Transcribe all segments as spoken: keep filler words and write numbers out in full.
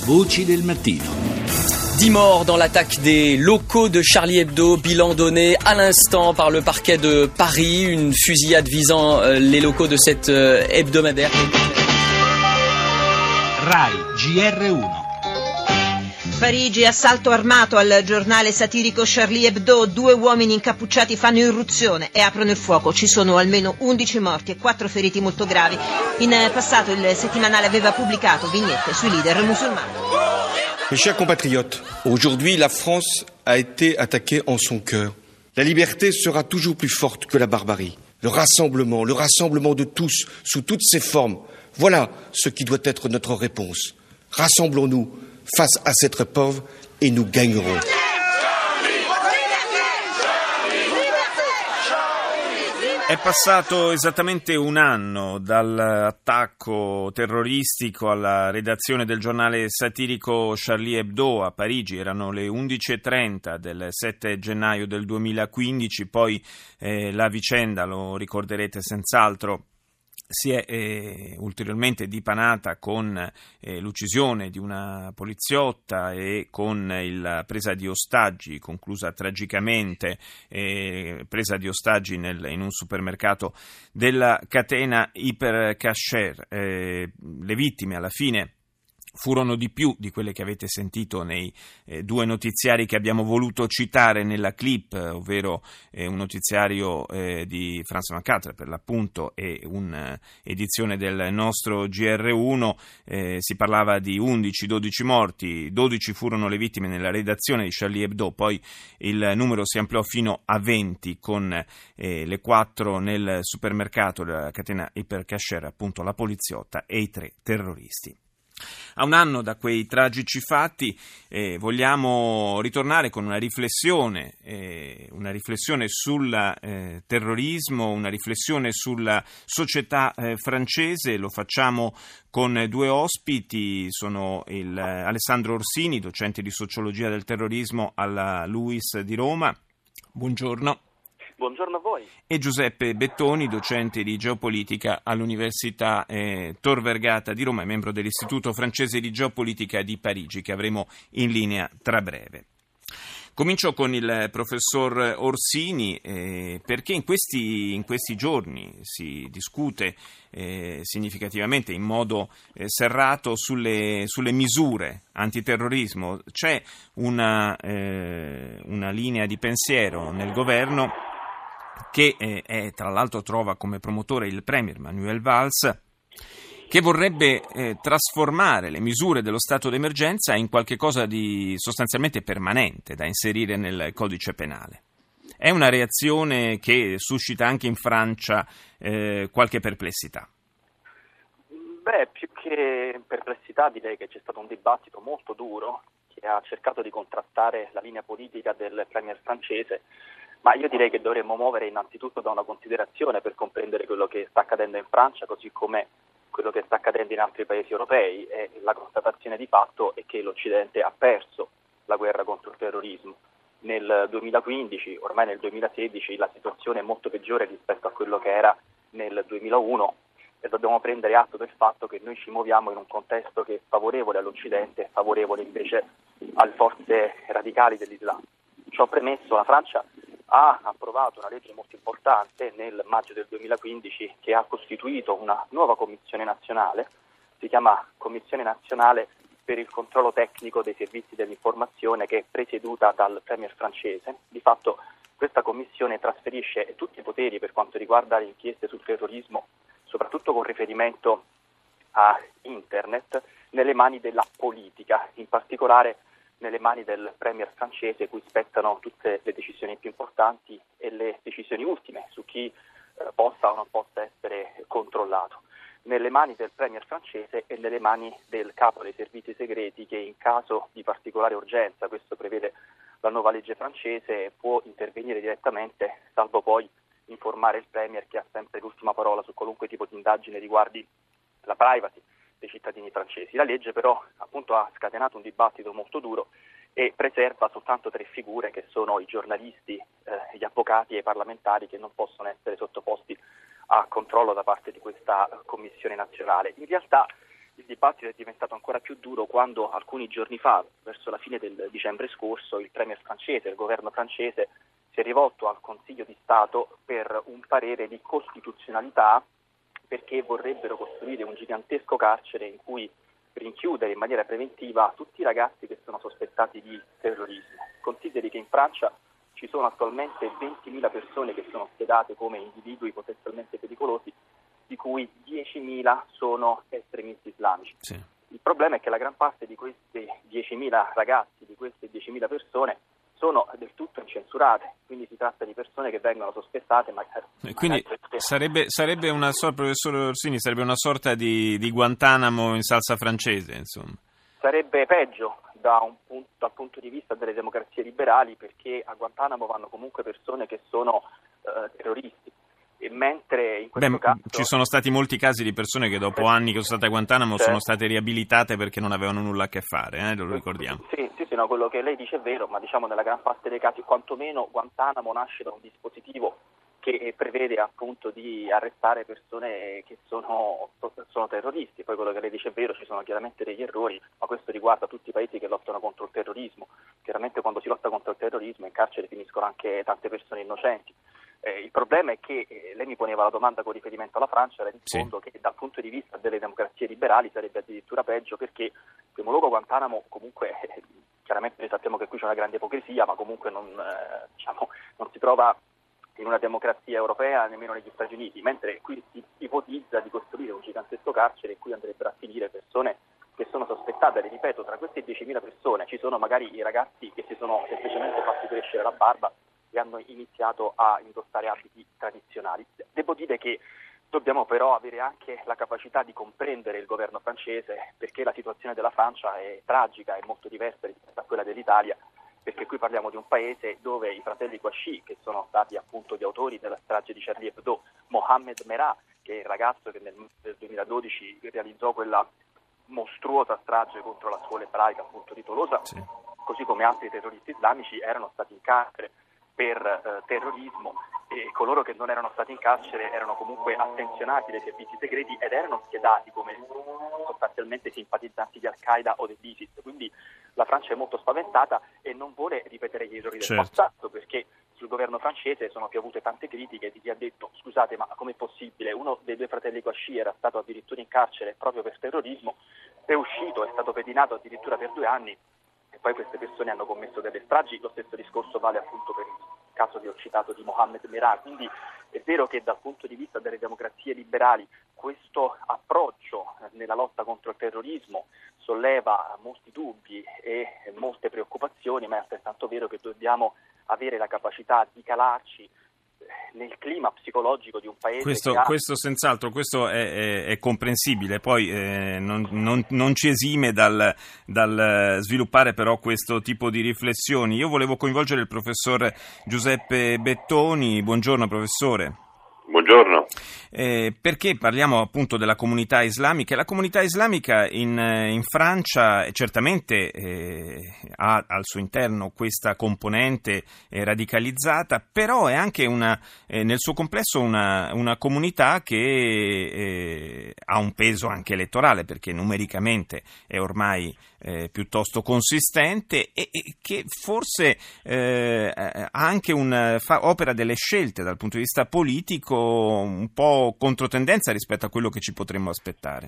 Voci del mattino. dix morts dans l'attaque des locaux de Charlie Hebdo, bilan donné à l'instant par le parquet de Paris, une fusillade visant euh, les locaux de cette euh, hebdomadaire. Rai G R uno. Parigi, assalto armato al giornale satirico Charlie Hebdo, due uomini incappucciati fanno irruzione e aprono il fuoco. Ci sono almeno undici morti e quattro feriti molto gravi. In passato il settimanale aveva pubblicato vignette sui leader musulmani. Mes chers compatriotes, aujourd'hui la France a été attaquée en son cœur. La liberté sera toujours plus forte que la barbarie. Le rassemblement, le rassemblement de tous, sous toutes ses formes, voilà ce qui doit être notre réponse. Rassemblons-nous face à cette épreuve et nous gagnerons. È passato esattamente un anno dall'attacco terroristico alla redazione del giornale satirico Charlie Hebdo a Parigi. Erano le undici e trenta del sette gennaio del duemilaquindici, poi eh, la vicenda, lo ricorderete senz'altro, si è eh, ulteriormente dipanata con eh, l'uccisione di una poliziotta e con la presa di ostaggi, conclusa tragicamente, eh, presa di ostaggi nel, in un supermercato della catena Hyper Cacher. Eh, le vittime alla fine furono di più di quelle che avete sentito nei eh, due notiziari che abbiamo voluto citare nella clip, ovvero eh, un notiziario eh, di Franz Mancatra per l'appunto e un'edizione del nostro G R uno. Eh, si parlava di undici dodici morti, dodici furono le vittime nella redazione di Charlie Hebdo, poi il numero si ampliò fino a venti con eh, le quattro nel supermercato della catena Hyper Cacher, appunto la poliziotta e i tre terroristi. A un anno da quei tragici fatti eh, vogliamo ritornare con una riflessione, eh, una riflessione sul eh, terrorismo, una riflessione sulla società eh, francese. Lo facciamo con due ospiti, sono il, eh, Alessandro Orsini, docente di sociologia del terrorismo alla LUISS di Roma. Buongiorno. Buongiorno a voi. E Giuseppe Bettoni, docente di geopolitica all'Università eh, Tor Vergata di Roma e membro dell'Istituto francese di geopolitica di Parigi, che avremo in linea tra breve. Comincio con il professor Orsini eh, perché in questi, in questi giorni si discute eh, significativamente, in modo eh, serrato, sulle, sulle misure antiterrorismo. C'è una, eh, una linea di pensiero nel governo che eh, è, tra l'altro trova come promotore il premier Manuel Valls, che vorrebbe eh, trasformare le misure dello stato d'emergenza in qualche cosa di sostanzialmente permanente da inserire nel codice penale. È una reazione che suscita anche in Francia eh, qualche perplessità. Beh, più che perplessità direi che c'è stato un dibattito molto duro che ha cercato di contrastare la linea politica del premier francese. Ma io direi che dovremmo muovere innanzitutto da una considerazione per comprendere quello che sta accadendo in Francia, così come quello che sta accadendo in altri paesi europei. E la constatazione di fatto è che l'Occidente ha perso la guerra contro il terrorismo. Nel duemilaquindici, ormai nel duemilasedici, la situazione è molto peggiore rispetto a quello che era nel duemilauno e dobbiamo prendere atto del fatto che noi ci muoviamo in un contesto che è favorevole all'Occidente e favorevole invece alle forze radicali dell'Islam. Ciò premesso, la Francia ha approvato una legge molto importante nel maggio del duemilaquindici che ha costituito una nuova commissione nazionale, si chiama Commissione Nazionale per il controllo tecnico dei servizi dell'informazione, che è presieduta dal premier francese. Di fatto questa commissione trasferisce tutti i poteri per quanto riguarda le inchieste sul terrorismo, soprattutto con riferimento a internet, nelle mani della politica, in particolare nelle mani del premier francese, cui spettano tutte le decisioni più importanti e le decisioni ultime su chi eh, possa o non possa essere controllato. Nelle mani del premier francese e nelle mani del capo dei servizi segreti, che in caso di particolare urgenza, questo prevede la nuova legge francese, può intervenire direttamente, salvo poi informare il premier, che ha sempre l'ultima parola su qualunque tipo di indagine riguardi la privacy dei cittadini francesi. La legge però appunto ha scatenato un dibattito molto duro e preserva soltanto tre figure, che sono i giornalisti, eh, gli avvocati e i parlamentari, che non possono essere sottoposti a controllo da parte di questa commissione nazionale. In realtà il dibattito è diventato ancora più duro quando alcuni giorni fa, verso la fine del dicembre scorso, il premier francese, il governo francese, si è rivolto al Consiglio di Stato per un parere di costituzionalità, perché vorrebbero costruire un gigantesco carcere in cui rinchiudere in maniera preventiva tutti i ragazzi che sono sospettati di terrorismo. Consideri che in Francia ci sono attualmente ventimila persone che sono schedate come individui potenzialmente pericolosi, di cui diecimila sono estremisti islamici. Sì. Il problema è che la gran parte di questi diecimila ragazzi, di queste diecimila persone, sono del tutto incensurate, quindi si tratta di persone che vengono sospettate. Ma e quindi sarebbe, sarebbe una sorta, professor Orsini, sarebbe una sorta di, di Guantanamo in salsa francese, insomma. Sarebbe peggio da un punto, dal punto di vista delle democrazie liberali, perché a Guantanamo vanno comunque persone che sono eh, terroristi. E mentre in questo Beh, caso ci sono stati molti casi di persone che dopo anni che sono state a Guantanamo certo. sono state riabilitate perché non avevano nulla a che fare, eh, lo ricordiamo. Sì, sì, sì, no, quello che lei dice è vero, ma diciamo nella gran parte dei casi, quantomeno Guantanamo nasce da un dispositivo che prevede appunto di arrestare persone che sono, sono terroristi. Poi quello che lei dice è vero, ci sono chiaramente degli errori, ma questo riguarda tutti i paesi che lottano contro il terrorismo. Chiaramente quando si lotta contro il terrorismo in carcere finiscono anche tante persone innocenti. Eh, il problema è che eh, lei mi poneva la domanda con riferimento alla Francia, le rispondo sì. che dal punto di vista delle democrazie liberali sarebbe addirittura peggio, perché in primo luogo Guantanamo comunque eh, chiaramente noi sappiamo che qui c'è una grande ipocrisia, ma comunque non, eh, diciamo, non si trova in una democrazia europea nemmeno negli Stati Uniti, mentre qui si ipotizza di costruire un gigantesco carcere in cui andrebbero a finire persone che sono sospettate. Le ripeto, tra queste diecimila persone ci sono magari i ragazzi che si sono semplicemente fatti crescere la barba e hanno iniziato a indossare abiti tradizionali. Devo dire che dobbiamo però avere anche la capacità di comprendere il governo francese, perché la situazione della Francia è tragica, è molto diversa rispetto a quella dell'Italia, perché qui parliamo di un paese dove i fratelli Kouachi, che sono stati appunto gli autori della strage di Charlie Hebdo, Mohamed Merah, che è il ragazzo che nel duemiladodici realizzò quella mostruosa strage contro la scuola ebraica appunto di Tolosa, sì. così come altri terroristi islamici, erano stati in carcere per eh, terrorismo, e coloro che non erano stati in carcere erano comunque attenzionati dai servizi segreti ed erano schedati come sostanzialmente simpatizzanti di Al-Qaeda o dell'ISIS. Quindi la Francia è molto spaventata e non vuole ripetere gli errori del certo. passato, perché sul governo francese sono piovute tante critiche di chi ha detto: scusate, ma com'è possibile? Uno dei due fratelli Kouachi era stato addirittura in carcere proprio per terrorismo, è uscito, è stato pedinato addirittura per due anni e poi queste persone hanno commesso delle stragi. Lo stesso discorso vale appunto per il caso che ho citato di Mohamed Merah. Quindi è vero che dal punto di vista delle democrazie liberali questo approccio nella lotta contro il terrorismo solleva molti dubbi e molte preoccupazioni, ma è altrettanto vero che dobbiamo avere la capacità di calarci nel clima psicologico di un paese. Questo, che ha... questo senz'altro, questo è, è, è comprensibile, poi eh, non, non, non ci esime dal, dal sviluppare però questo tipo di riflessioni. Io volevo coinvolgere il professor Giuseppe Bettoni. Buongiorno professore. Buongiorno. Eh, perché parliamo appunto della comunità islamica? La comunità islamica in, in Francia certamente eh, ha al suo interno questa componente eh, radicalizzata, però è anche una, eh, nel suo complesso una, una comunità che eh, ha un peso anche elettorale, perché numericamente è ormai eh, piuttosto consistente e, e che forse eh, ha anche un, fa, opera delle scelte dal punto di vista politico un po' controtendenza rispetto a quello che ci potremmo aspettare.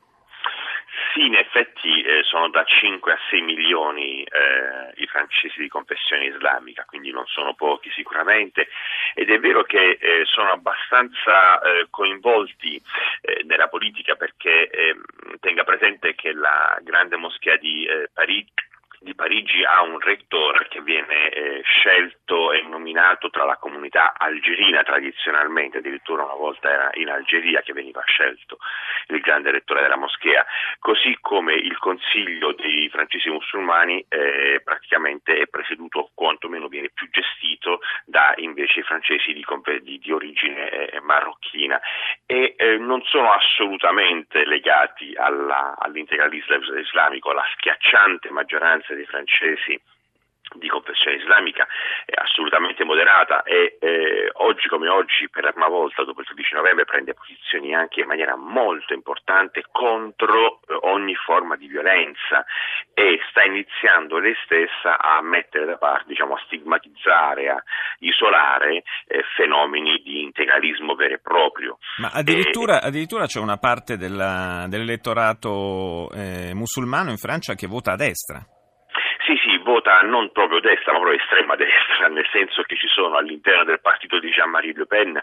Sì, in effetti eh, sono da cinque a sei milioni eh, i francesi di confessione islamica, quindi non sono pochi sicuramente, ed è vero che eh, sono abbastanza eh, coinvolti eh, nella politica, perché eh, tenga presente che la grande moschea di eh, Parigi di Parigi ha un rettore che viene eh, scelto e nominato tra la comunità algerina tradizionalmente, addirittura una volta era in Algeria che veniva scelto il grande rettore della moschea, così come il consiglio dei francesi musulmani eh, praticamente è presieduto, quantomeno viene più gestito da invece i francesi di, di, di origine eh, marocchina, e eh, non sono assolutamente legati alla, all'integralismo islamico. La schiacciante maggioranza dei francesi di confessione islamica è assolutamente moderata e eh, oggi come oggi per la prima volta dopo il tredici novembre prende posizioni anche in maniera molto importante contro eh, ogni forma di violenza e sta iniziando lei stessa a mettere da parte, diciamo a stigmatizzare, a isolare eh, fenomeni di integralismo vero e proprio. Ma addirittura, e, addirittura c'è una parte della, dell'elettorato eh, musulmano in Francia che vota a destra. Sì, sì, vota non proprio destra, ma proprio estrema destra, nel senso che ci sono all'interno del partito di Jean-Marie Le Pen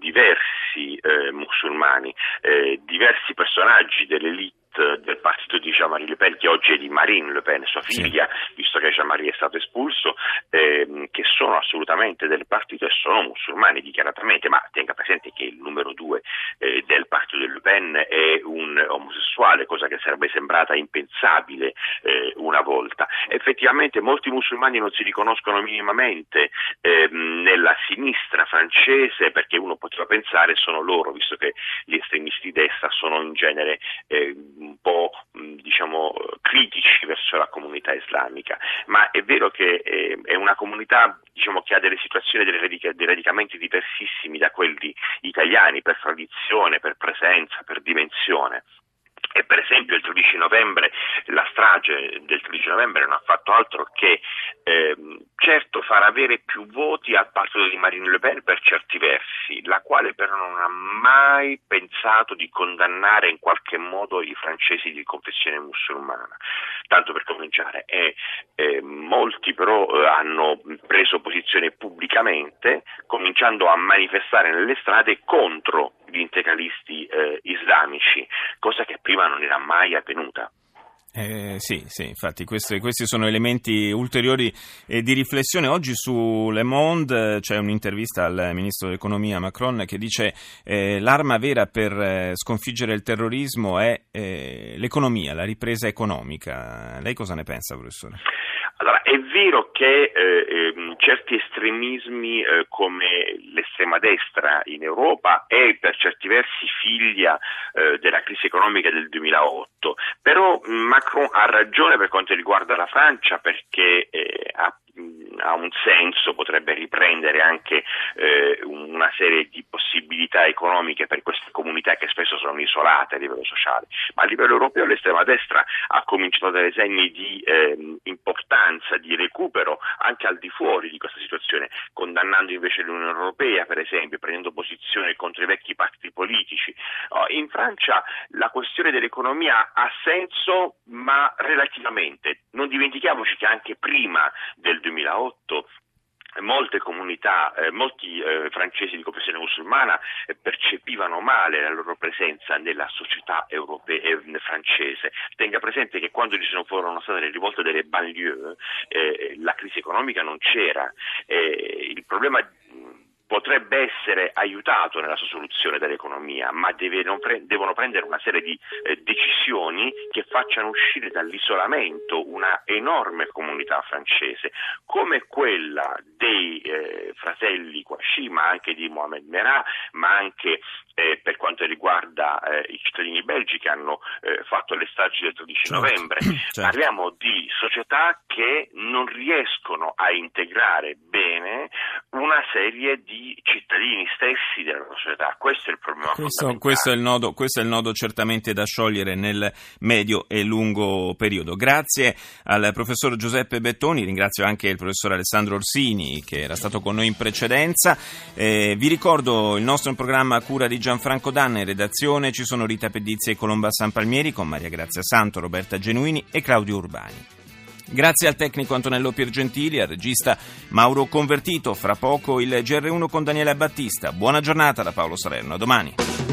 diversi eh, musulmani, eh, diversi personaggi dell'elite del partito di Jean-Marie Le Pen, che oggi è di Marine Le Pen, sua figlia, sì, visto che Jean-Marie è stato espulso, ehm, che sono assolutamente del partito e sono musulmani dichiaratamente, ma tenga presente che il numero due eh, del partito di Le Pen è un omosessuale, cosa che sarebbe sembrata impensabile eh, una volta. Effettivamente molti musulmani non si riconoscono minimamente ehm, nella sinistra francese, perché uno poteva pensare sono loro, visto che gli estremisti di destra sono in genere eh, un po' diciamo critici verso la comunità islamica, ma è vero che eh, è una comunità diciamo che ha delle situazioni, dei radic- dei radicamenti diversissimi da quelli italiani per tradizione, per presenza, per dimensione. E per esempio il tredici novembre, la strage del tredici novembre non ha fatto altro che eh, certo far avere più voti al partito di Marine Le Pen per certi versi, la quale però non ha mai pensato di condannare in qualche modo i francesi di confessione musulmana. Tanto per cominciare, e eh, molti però eh, hanno preso posizione pubblicamente, cominciando a manifestare nelle strade contro gli integralisti eh, islamici, cosa che prima non era mai avvenuta. Eh, sì, sì, infatti questi, questi sono elementi ulteriori eh, di riflessione. Oggi su Le Monde eh, c'è un'intervista al ministro dell'economia Macron che dice eh, l'arma vera per eh, sconfiggere il terrorismo è eh, l'economia, la ripresa economica. Lei cosa ne pensa, professore? Allora, è vero che eh, eh, certi estremismi eh, come l'estrema destra in Europa è per certi versi figlia eh, della crisi economica del duemilaotto, però Macron ha ragione per quanto riguarda la Francia, perché eh, ha ha un senso, potrebbe riprendere anche eh, una serie di possibilità economiche per queste comunità che spesso sono isolate a livello sociale, ma a livello europeo l'estrema destra ha cominciato a dare segni di eh, importanza, di recupero anche al di fuori di questa situazione, condannando invece l'Unione Europea, per esempio, prendendo posizione contro i vecchi partiti politici. Oh, in Francia la questione dell'economia ha senso, ma relativamente. Non dimentichiamoci che anche prima del duemilaotto molte comunità, eh, molti eh, francesi di confessione musulmana eh, percepivano male la loro presenza nella società europea eh, francese. Tenga presente che quando ci sono furono state le rivolte delle banlieue eh, la crisi economica non c'era. Eh, il problema potrebbe essere aiutato nella sua soluzione dall'economia, ma deve, non pre- devono prendere una serie di eh, decisioni che facciano uscire dall'isolamento una enorme comunità francese, come quella dei eh, fratelli Kouachi, ma anche di Mohamed Merah, ma anche eh, per quanto riguarda eh, i cittadini belgi che hanno eh, fatto le stragi del tredici certo. novembre. Certo. Parliamo di società che non riescono a integrare bene una serie di cittadini stessi della società. Questo è il problema questo, questo è il nodo, questo è il nodo certamente da sciogliere nel medio e lungo periodo. Grazie al professor Giuseppe Bettoni, ringrazio anche il professor Alessandro Orsini che era stato con noi in precedenza. Eh, vi ricordo il nostro programma a cura di Gianfranco Danna, in redazione ci sono Rita Pedizzi e Colomba Sanpalmieri con Maria Grazia Santo, Roberta Genuini e Claudio Urbani. Grazie al tecnico Antonello Piergentili, al regista Mauro Convertito. Fra poco il G R uno con Daniele Battista. Buona giornata da Paolo Salerno, a domani.